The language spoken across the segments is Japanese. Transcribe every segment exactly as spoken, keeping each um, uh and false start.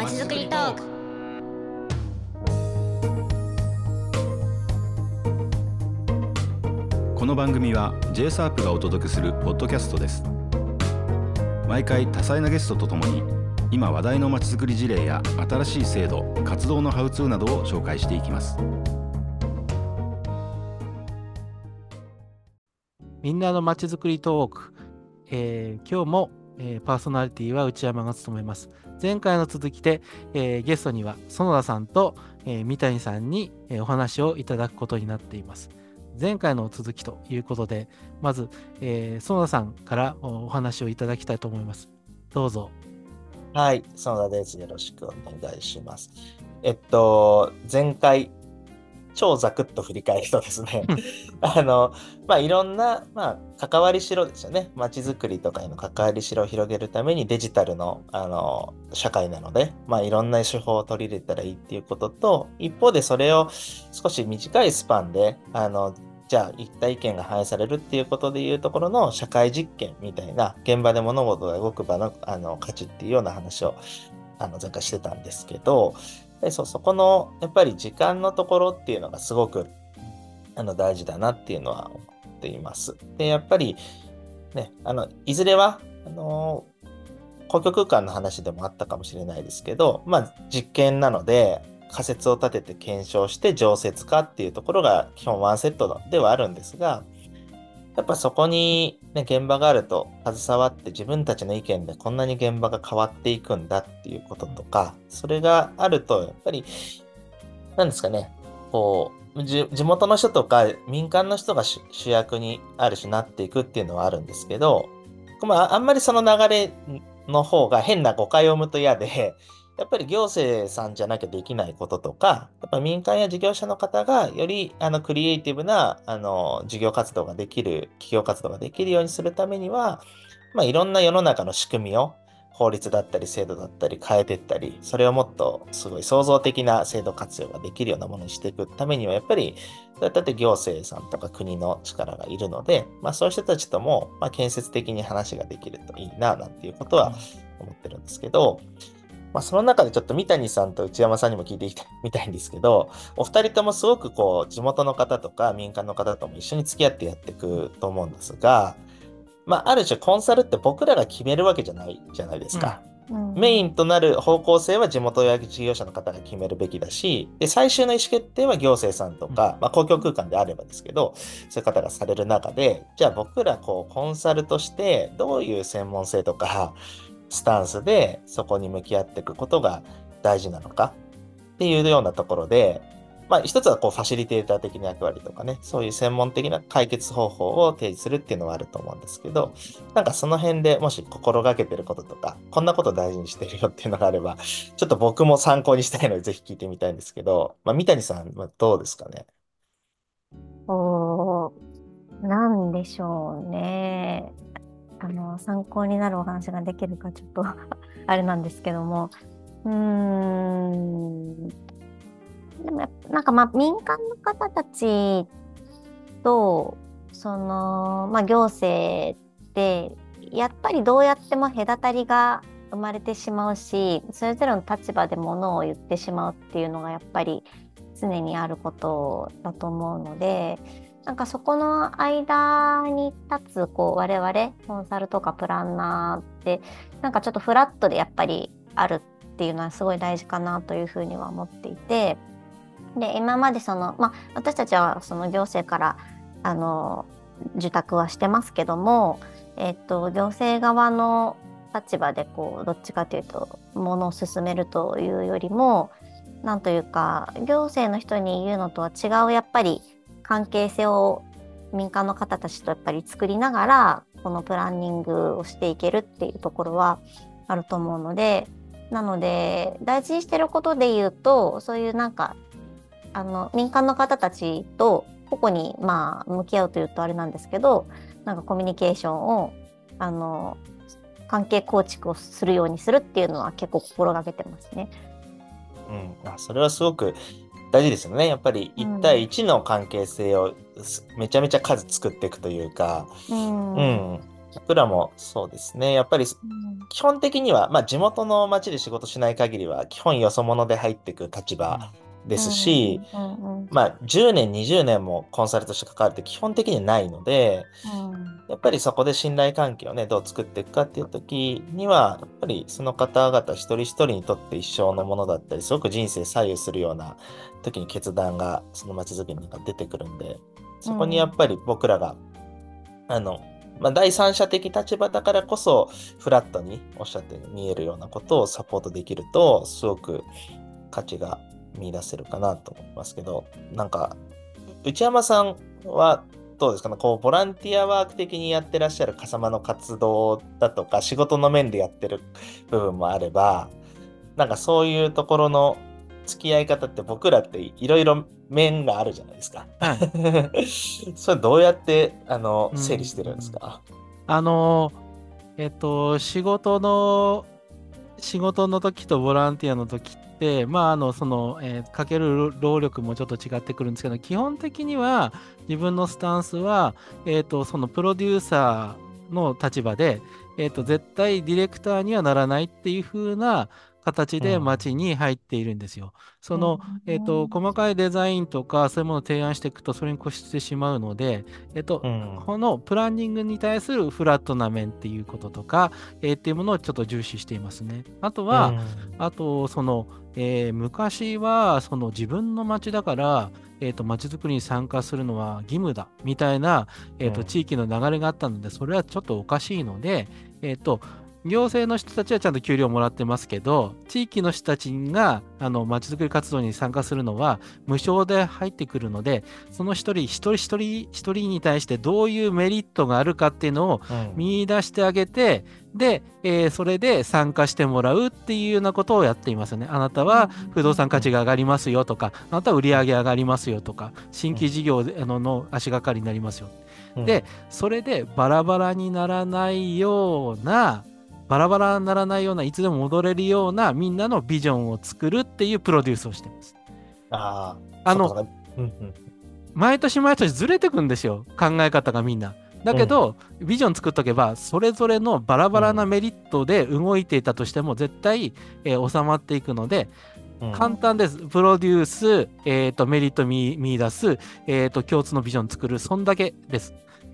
まちづくりトーク。 この番組は ジェイサープ がお届けするポッドキャストです。毎回多彩なゲストとともに今話題のまちづくり事例や新しい制度、活動のハウツーなどを紹介していきます。 みんなのまちづくりトーク、えー、今日も、えー、パーソナリティは内山が務めます。前回の続きで、えー、ゲストには園田さんと、えー、三谷さんに、えー、お話をいただくことになっています。前回の続きということで、まず、えー、園田さんからお話をいただきたいと思います。どうぞ。 はい、園田です。よろしくお願いします。えっと、前回、超ざくっと振り返るとですね、あの、まあ、いろんな、まあ、関わりしろですよね。まちづくりとかへの関わりしろを広げるためにデジタルの、あの、社会なので、まあ、いろんな手法を取り入れたらいいっていうことと、一方でそれを少し短いスパンで、あの、じゃあ、一体意見が反映されるっていうことでいうところの社会実験みたいな、現場で物事が動く場の、あの、価値っていうような話を、あの、前回してたんですけど、でそ、そこの、やっぱり時間のところっていうのがすごく、あの、大事だなっていうのは思っています。で、やっぱり、ね、あの、いずれは、あの、公共空間の話でもあったかもしれないですけど、まあ、実験なので、仮説を立てて検証して常設化っていうところが基本ワンセットではあるんですが、やっぱそこに、ね、現場があると携わって自分たちの意見でこんなに現場が変わっていくんだっていうこととか、それがあるとやっぱりなんですかね、こう地元の人とか民間の人が主役にある種なっていくっていうのはあるんですけど、まあ、あんまりその流れの方が変な誤解を生むと嫌で、やっぱり行政さんじゃなきゃできないこととか、やっぱ民間や事業者の方がよりあのクリエイティブなあの事業活動ができる、企業活動ができるようにするためには、まあ、いろんな世の中の仕組みを法律だったり制度だったり変えていったり、それをもっとすごい創造的な制度活用ができるようなものにしていくためには、やっぱりだって行政さんとか国の力がいるので、まあ、そういう人たちとも、まあ、建設的に話ができるといいななんていうことは思ってるんですけど、まあ、その中でちょっと三谷さんと内山さんにも聞いてみたいんですけど、お二人ともすごくこう地元の方とか民間の方とも一緒に付き合ってやっていくと思うんですが、まあ、ある種コンサルって僕らが決めるわけじゃないじゃないですか。うんうん、メインとなる方向性は地元や事業者の方が決めるべきだし、で最終の意思決定は行政さんとか、まあ、公共空間であればですけど、そういう方がされる中で、じゃあ僕らこうコンサルとしてどういう専門性とかスタンスでそこに向き合っていくことが大事なのかっていうようなところで、まあ一つはこうファシリテーター的な役割とかね、そういう専門的な解決方法を提示するっていうのはあると思うんですけど、なんかその辺でもし心がけてることとか、こんなこと大事にしてるよっていうのがあれば、ちょっと僕も参考にしたいのでぜひ聞いてみたいんですけど、まあ三谷さんはどうですかね。 おー、なんでしょうね。あの、参考になるお話ができるかちょっとあれなんですけども、うーん、でもなんかまあ民間の方たちとその、まあ、行政ってやっぱりどうやっても隔たりが生まれてしまうし、それぞれの立場でものを言ってしまうっていうのがやっぱり常にあることだと思うので、なんかそこの間に立つこう我々コンサルとかプランナーってなんかちょっとフラットでやっぱりあるっていうのはすごい大事かなというふうには思っていて、で今までその、まあ、私たちはその行政からあの受託はしてますけども、えっと、行政側の立場でこうどっちかというとものを進めるというよりも、なんというか行政の人に言うのとは違うやっぱり関係性を民間の方たちとやっぱり作りながらこのプランニングをしていけるっていうところはあると思うので、なので大事にしてることで言うと、そういうなんかあの民間の方たちと個々にまあ向き合うというとあれなんですけど、なんかコミュニケーションをあの関係構築をするようにするっていうのは結構心がけてますね。 うん、あ、それはすごく大事ですよね。やっぱりいち対いちの関係性をめちゃめちゃ数作っていくというか、 うんうん、 僕らもそうですね。やっぱりうん基本的には、まあ、地元の町で仕事しない限りは、基本よそ者で入っていく立場でうんすし、 うんうんまあ、じゅうねん、にじゅうねんもコンサルとして関わるって基本的にはないので、 うんやっぱりそこで信頼関係をね、どう作っていくかっていう時には、やっぱりその方々一人一人にとって一生のものだったり、すごく人生左右するような時に決断がその街づくりの中で出てくるんで、そこにやっぱり僕らが、あの、まあ、第三者的立場だからこそ、フラットにおっしゃって見えるようなことをサポートできると、すごく価値が見出せるかなと思いますけど、なんか、内山さんはどうですかね、こう、ボランティアワーク的にやってらっしゃる笠間の活動だとか、仕事の面でやってる部分もあれば、なんかそういうところの付き合い方って僕らっていろいろ面があるじゃないですか。 はい。 それどうやってあのうん整理してるんですか？ あのーえっと、仕事の、仕事の時とボランティアの時って、まあ、あの、その、えーかける労力もちょっと違ってくるんですけど、基本的には自分のスタンスは、えっと、そのプロデューサーの立場で、えっと、絶対ディレクターにはならないっていう風な形で街に入っているんですよ。その、えっと、細かいデザインとかそういうものを提案していくとそれに固執してしまうので、えっと、 うんこのプランニングに対するフラットな面っていうこととか、えーっていうものをちょっと重視していますね。あとは、あと、その、えー昔は、その自分の街だから、えっと、街づくりに参加するのは義務だ、みたいな、えっと、 うん地域の流れがあったので、それはちょっとおかしいので、えっと、行政の人たちはちゃんと給料もらってますけど、地域の人たちがあの街づくり活動に参加するのは無償で入ってくるので、その一人一人一人一人に対してどういうメリットがあるかっていうのをうん見出してあげて、で、えーそれで参加してもらうっていうようなことをやっていますね。あなたは不動産価値が上がりますよとか、あなたは売り上げ上がりますよとか、新規事業あのの足がかりになりますよ。 うんで、それでバラバラにならないような、バラバラにならないような、いつでも戻れるようなみんなのビジョンを作るっていうプロデュースをしています。 ああのあそうかねうんうん毎年毎年ずれてくんですよ、考え方がみんな。だけど、ビジョン作っとけば、それぞれのバラバラなメリットで動いていたとしても、絶対、えー収まっていくので、 うん簡単です。プロデュース、えーと、メリット見見出す、えーと、共通のビジョン作る、そんだけです。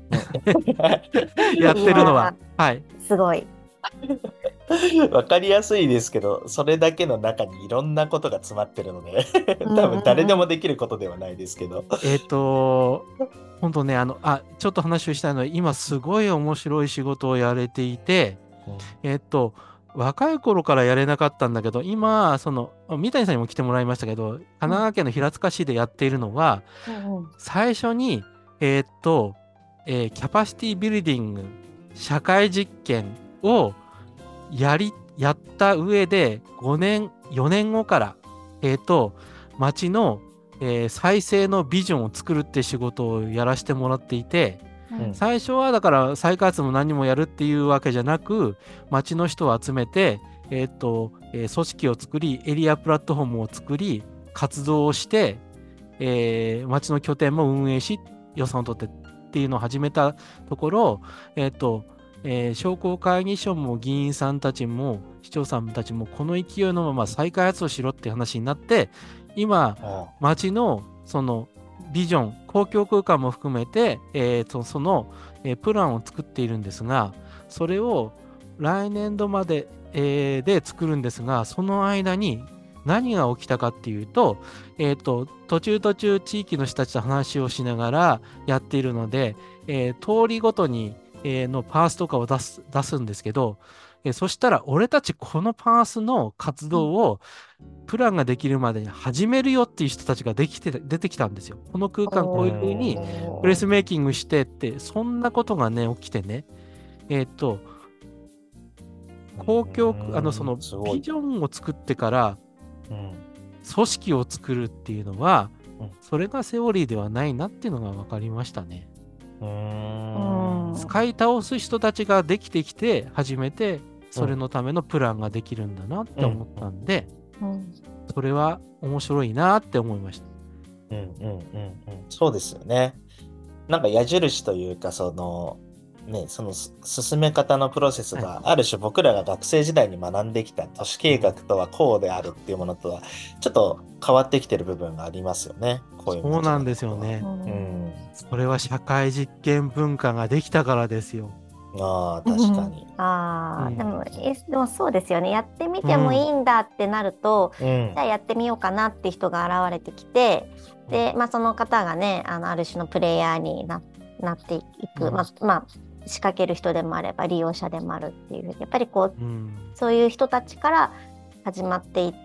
やってるのは。はい。 すごい。 わかりやすいですけど、それだけの中にいろんなことが詰まってるので、多分誰でもできることではないですけど。 えっ、と、本当ね、あの、あ、ちょっと話をしたいのは、今すごい面白い仕事をやれていて、えっと、若い頃からやれなかったんだけど、今、その、三谷さんにも来てもらいましたけど、神奈川県の平塚市でやっているのは、 うんうん最初に、えっと、えーキャパシティビルディング、社会実験をやり、やった上で、ごねん、よねんごから、えっと、町の、えー再生のビジョンを作るって仕事をやらせてもらっていて、 うん最初はだから再開発も何もやるっていうわけじゃなく、町の人を集めて、えっと、えー組織を作り、エリアプラットフォームを作り、活動をして、えー町の拠点も運営し、予算を取ってっていうのを始めたところ、えっと、えー商工会議所も議員さんたちも市長さんたちもこの勢いのまま再開発をしろって話になって、今、 あ町のそのビジョン、公共空間も含めて、えーとその、えープランを作っているんですが、それを来年度まで、えーで作るんですが、その間に何が起きたかっていうと、えーと途中途中地域の人たちと話をしながらやっているので、えー通りごとに、えーのパースとかを出す出すんですけど、えーそしたら俺たちこのパースの活動をプランができるまでに始めるよっていう人たちができて出てきたんですよ。この空間こういうふうにプレスメイキングしてって、そんなことがね起きてね、えっと公共あのそのすごいビジョンを作ってからうん組織を作るっていうのは、 うんそれがセオリーではないなっていうのが分かりましたね。 うーん使い倒す人たちができてきて初めてそれのためのプランができるんだなって思ったんで、 うんそれは面白いなって思いました。 うんうんうんうんそうですよね。なんか矢印というかそのね、そのす進め方のプロセスがある種僕らが学生時代に学んできた都市計画とはこうであるっていうものとはちょっと変わってきてる部分がありますよね。こういうそうなんですよね。 うん、 それは社会実験文化ができたからですよ。 ああ、確かに。 ああ、 うんでも、えでもそうですよね。やってみてもいいんだってなると、 うんじゃあやってみようかなって人が現れてきて、で、まあ、その方がね、あの、ある種のプレイヤーにな、なっていく、 うんまあ、まあ、仕掛ける人でもあれば利用者でもあるっていう、やっぱりこう、 うんそういう人たちから始まっていって、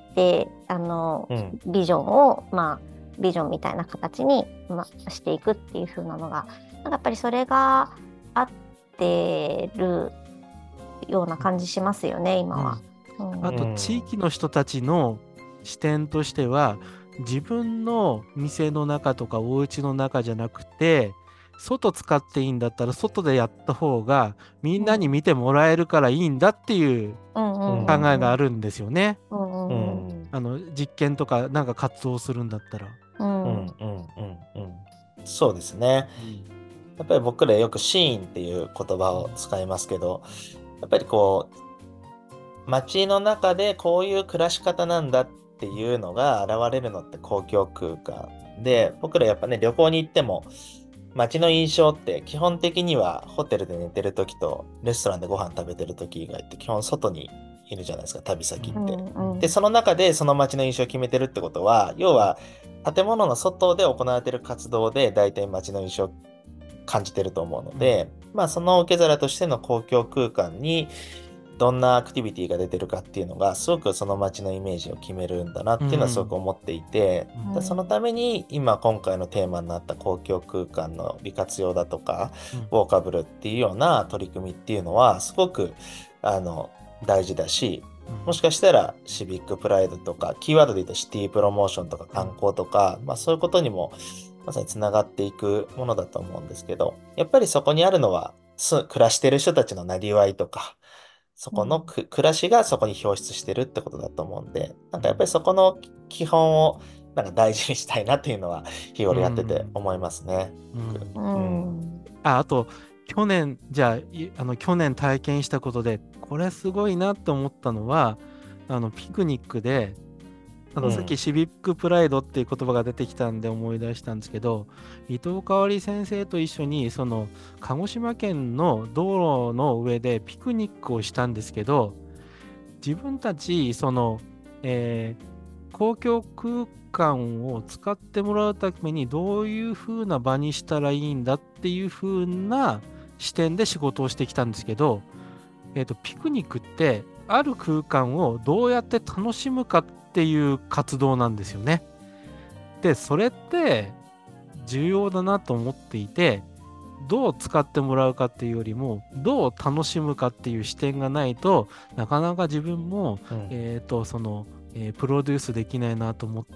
あの、 うんビジョンを、まあ、ビジョンみたいな形に、まあ、していくっていう風なのが、なんかやっぱりそれがあってるような感じしますよね、今は。うんあと地域の人たちの視点としては、自分の店の中とかお家の中じゃなくて、外使っていいんだったら外でやった方がみんなに見てもらえるからいいんだっていう考考えがあるんですよね。 うんううんんあの実験とかなんか活動するんだったら。 うんうんうんうんうんそうですね。やっぱり僕らよくシーンっていう言葉を使いますけど、やっぱりこう街の中でこういう暮らし方なんだっていうのが現れるのって公共空間で、僕らやっぱね旅行に行っても街の印象って基本的にはホテルで寝てる時とレストランでご飯食べてる時以外って基本外にいるじゃないですか、旅先って。 うんうんでその中でその街の印象を決めてるってことは、要は建物の外で行われている活動で大体街の印象を感じてると思うので、まあその受け皿としての公共空間にどんなアクティビティが出てるかっていうのがすごくその街のイメージを決めるんだなっていうのはすごく思っていて、 うんでそのために今今回のテーマになった公共空間の利活用だとか、 うんウォーカブルっていうような取り組みっていうのはすごくあの大事だし、もしかしたらシビックプライドとかキーワードで言うとシティプロモーションとか観光とか、まあ、そういうことにもまさにつながっていくものだと思うんですけど、やっぱりそこにあるのはす暮らしてる人たちのなりわいとか、そこのく、暮らしがそこに表出してるってことだと思うんで、なんかやっぱりそこの基本をなんか大事にしたいなっていうのは日頃やってて思いますね。 うんうんああと去年じゃあいあの去年体験したことでこれすごいなって思ったのは、あのピクニックであのうんさっきシビックプライドっていう言葉が出てきたんで思い出したんですけど、伊藤香織先生と一緒にその鹿児島県の道路の上でピクニックをしたんですけど、自分たちその、えー公共空間を使ってもらうためにどういう風な場にしたらいいんだっていう風な視点で仕事をしてきたんですけど、えーと、ピクニックってある空間をどうやって楽しむかっていう活動なんですよね。で、それって重要だなと思っていて、どう使ってもらうかっていうよりもどう楽しむかっていう視点がないとなかなか自分も、 うんえーとそのえープロデュースできないなと思って、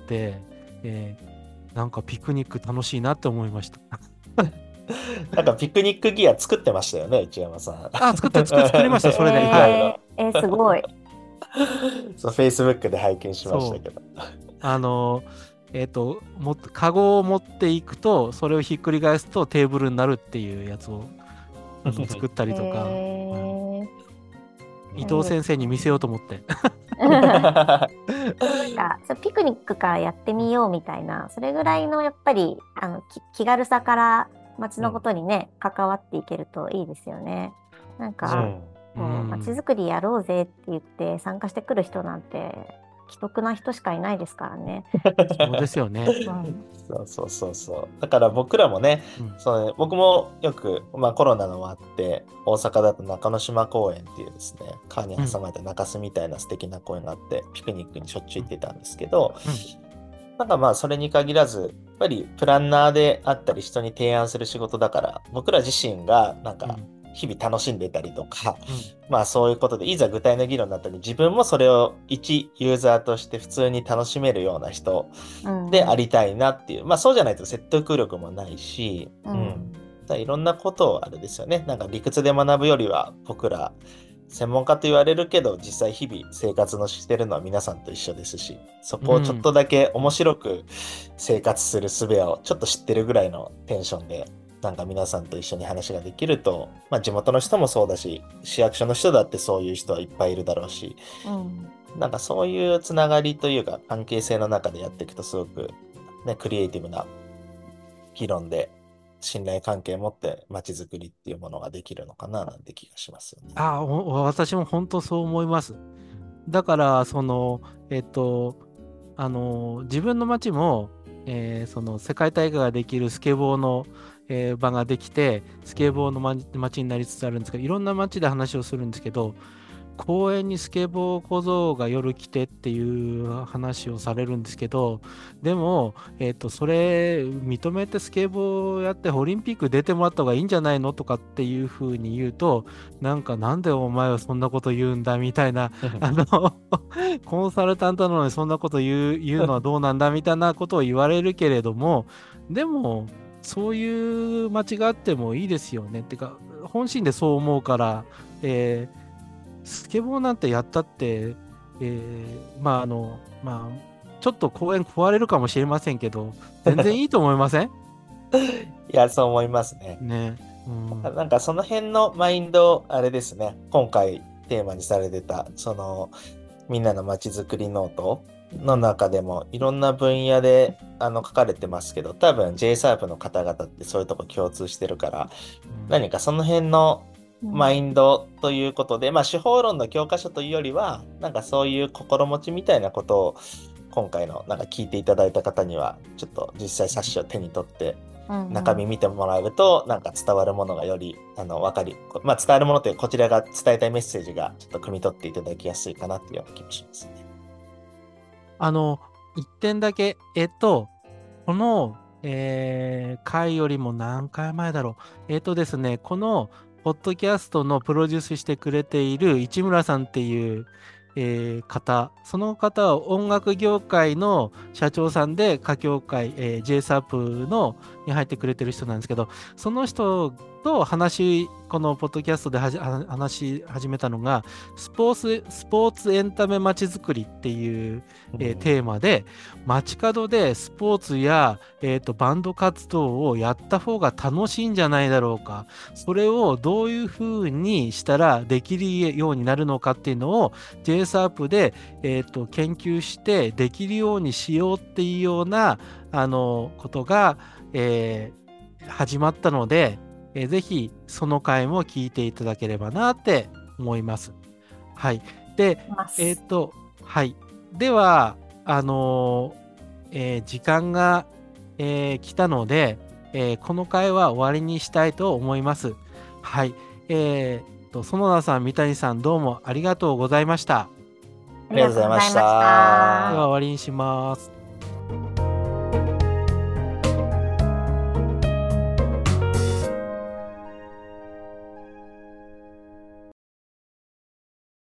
えーなんかピクニック楽しいなって思いました。 なんかピクニックギア作ってましたよね、内山さん。 あ、作って作って作りましたそれで、 えーはいえーすごい。 そう、Facebook で拝見しましたけど。 あのーえっ、ともカゴを持っていくとそれをひっくり返すとテーブルになるっていうやつをあの作ったりとか、 えうんー伊藤先生に見せようと思ってなんかそうピクニックからやってみようみたいな、それぐらいのやっぱりあのき気軽さから街のことにね、関わっていけるといいですよね。なんうか、 んこう街づくりやろうぜって言って参加してくる人なんて既得な人しかいないですからね。 そうですよね。 うんそうそうそうそう。だから僕らもね、 うんそうね僕もよく、まあ、コロナのもあって大阪だと中之島公園っていうですね、川に挟まれた中洲みたいな素敵な公園があって、ピクニックにしょっちゅう行ってたんですけど、なんかまあそれに限らずやっぱりプランナーであったり人に提案する仕事だから、僕ら自身がなんか日々楽しんでたりとか、まあそういうことでいざ具体の議論になったり、自分もそれを一ユーザーとして普通に楽しめるような人うんでありたいなっていう、まあそうじゃないと説得力もないし、 ううんんだからいろんなことをあれですよね、なんか理屈で学ぶよりは僕ら専門家と言われるけど実際日々生活のしてるのは皆さんと一緒ですし、そこをちょっとだけ面白く生活する術をちょっと知ってるぐらいのテンションでなんか皆さんと一緒に話ができると、まあ、地元の人もそうだし、市役所の人だってそういう人はいっぱいいるだろうし、 うん。 なんかそういうつながりというか関係性の中でやっていくとすごく、ね、クリエイティブな議論で信頼関係を持って街づくりっていうものができるのかななんて気がしますよね。 あ、お私も本当そう思います。だから、その、えっと、あの、自分の町も、えーその世界大会ができるスケボーの、えー場ができて、スケボーのま町になりつつあるんですけど、いろんな町で話をするんですけど、公園にスケボー小僧が夜来てっていう話をされるんですけど、でも、えっと、それ認めてスケボーやってオリンピック出てもらった方がいいんじゃないのとかっていうふうに言うと、なんかなんでお前はそんなこと言うんだみたいな、あの、コンサルタントなのにそんなこと言う、言うのはどうなんだみたいなことを言われるけれども、でも、そういう間違ってもいいですよね。ってか、本心でそう思うから、えースケボーなんてやったって、えーまああの、まあ、ちょっと公園壊れるかもしれませんけど、全然いいと思いませんいや、そう思いますね。 ね。うん。 なんかその辺のマインド、あれですね、今回テーマにされてた、その、みんなの街づくりノートの中でもいろんな分野であの書かれてますけど、多分 ジェイサープ の方々ってそういうとこ共通してるから、 うん何かその辺のうんマインドということで、まあ手法論の教科書というよりは、なんかそういう心持ちみたいなことを今回のなんか聞いていただいた方には、ちょっと実際冊子を手に取ってうん中身見てもらうと、なんか伝わるものがよりあの分かり、まあ伝わるものというこちらが伝えたいメッセージがちょっと汲み取っていただきやすいかなっていうような気もしますね。 あの、一点だけ、えっと、この、えー回よりも何回前だろう。えっとですね、この、ポッドキャストのプロデュースしてくれている市村さんっていう、えー方、その方は音楽業界の社長さんで、歌協会、えー、ジェイサープ のに入ってくれてる人なんですけど、その人と話、このポッドキャストではじは話し始めたのが、スポーツ、スポーツエンタメまちづくりっていう、えーテーマで、街角でスポーツや、えーと、バンド活動をやった方が楽しいんじゃないだろうか。それをどういうふうにしたらできるようになるのかっていうのを ジェイサープ で、えーと、研究してできるようにしようっていうようなあのことが、えー始まったので、えーぜひその回も聞いていただければなって思います。はい。で、 ますえっと、はい。では、あのーえー時間が、えー来たので、えーこの回は終わりにしたいと思います。はい。えーと、園田さん、三谷さん、どうもありがとうございました。 ありがとうございましありがとうございましたたでは終わりにします。